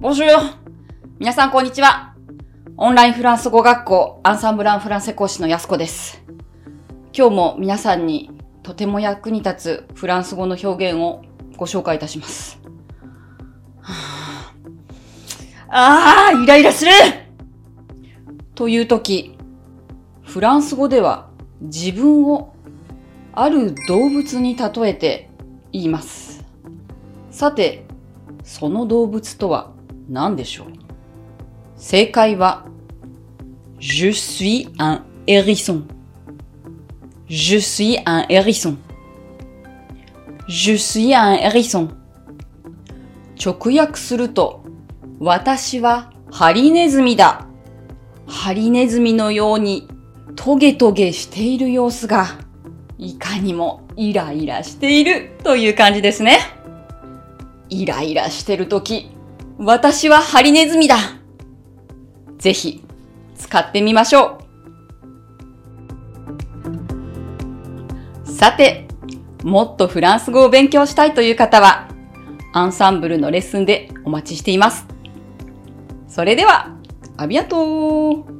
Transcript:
ボンジュール。皆さんこんにちは。オンラインフランス語学校アンサンブランフランセ講師のやすこです。今日も皆さんにとても役に立つフランス語の表現をご紹介いたします。イライラするというとき、フランス語では自分をある動物に例えて言います。さて、その動物とは何でしょう？正解は、Je suis un hérisson. Je suis un hérisson. Je suis un hérisson. 直訳すると、私はハリネズミだ。ハリネズミのようにトゲトゲしている様子が、いかにもイライラしているという感じですね。イライラしてるとき、私はハリネズミだ。ぜひ使ってみましょう。さて、もっとフランス語を勉強したいという方は、アンサンブルのレッスンでお待ちしています。それでは、アビアントー。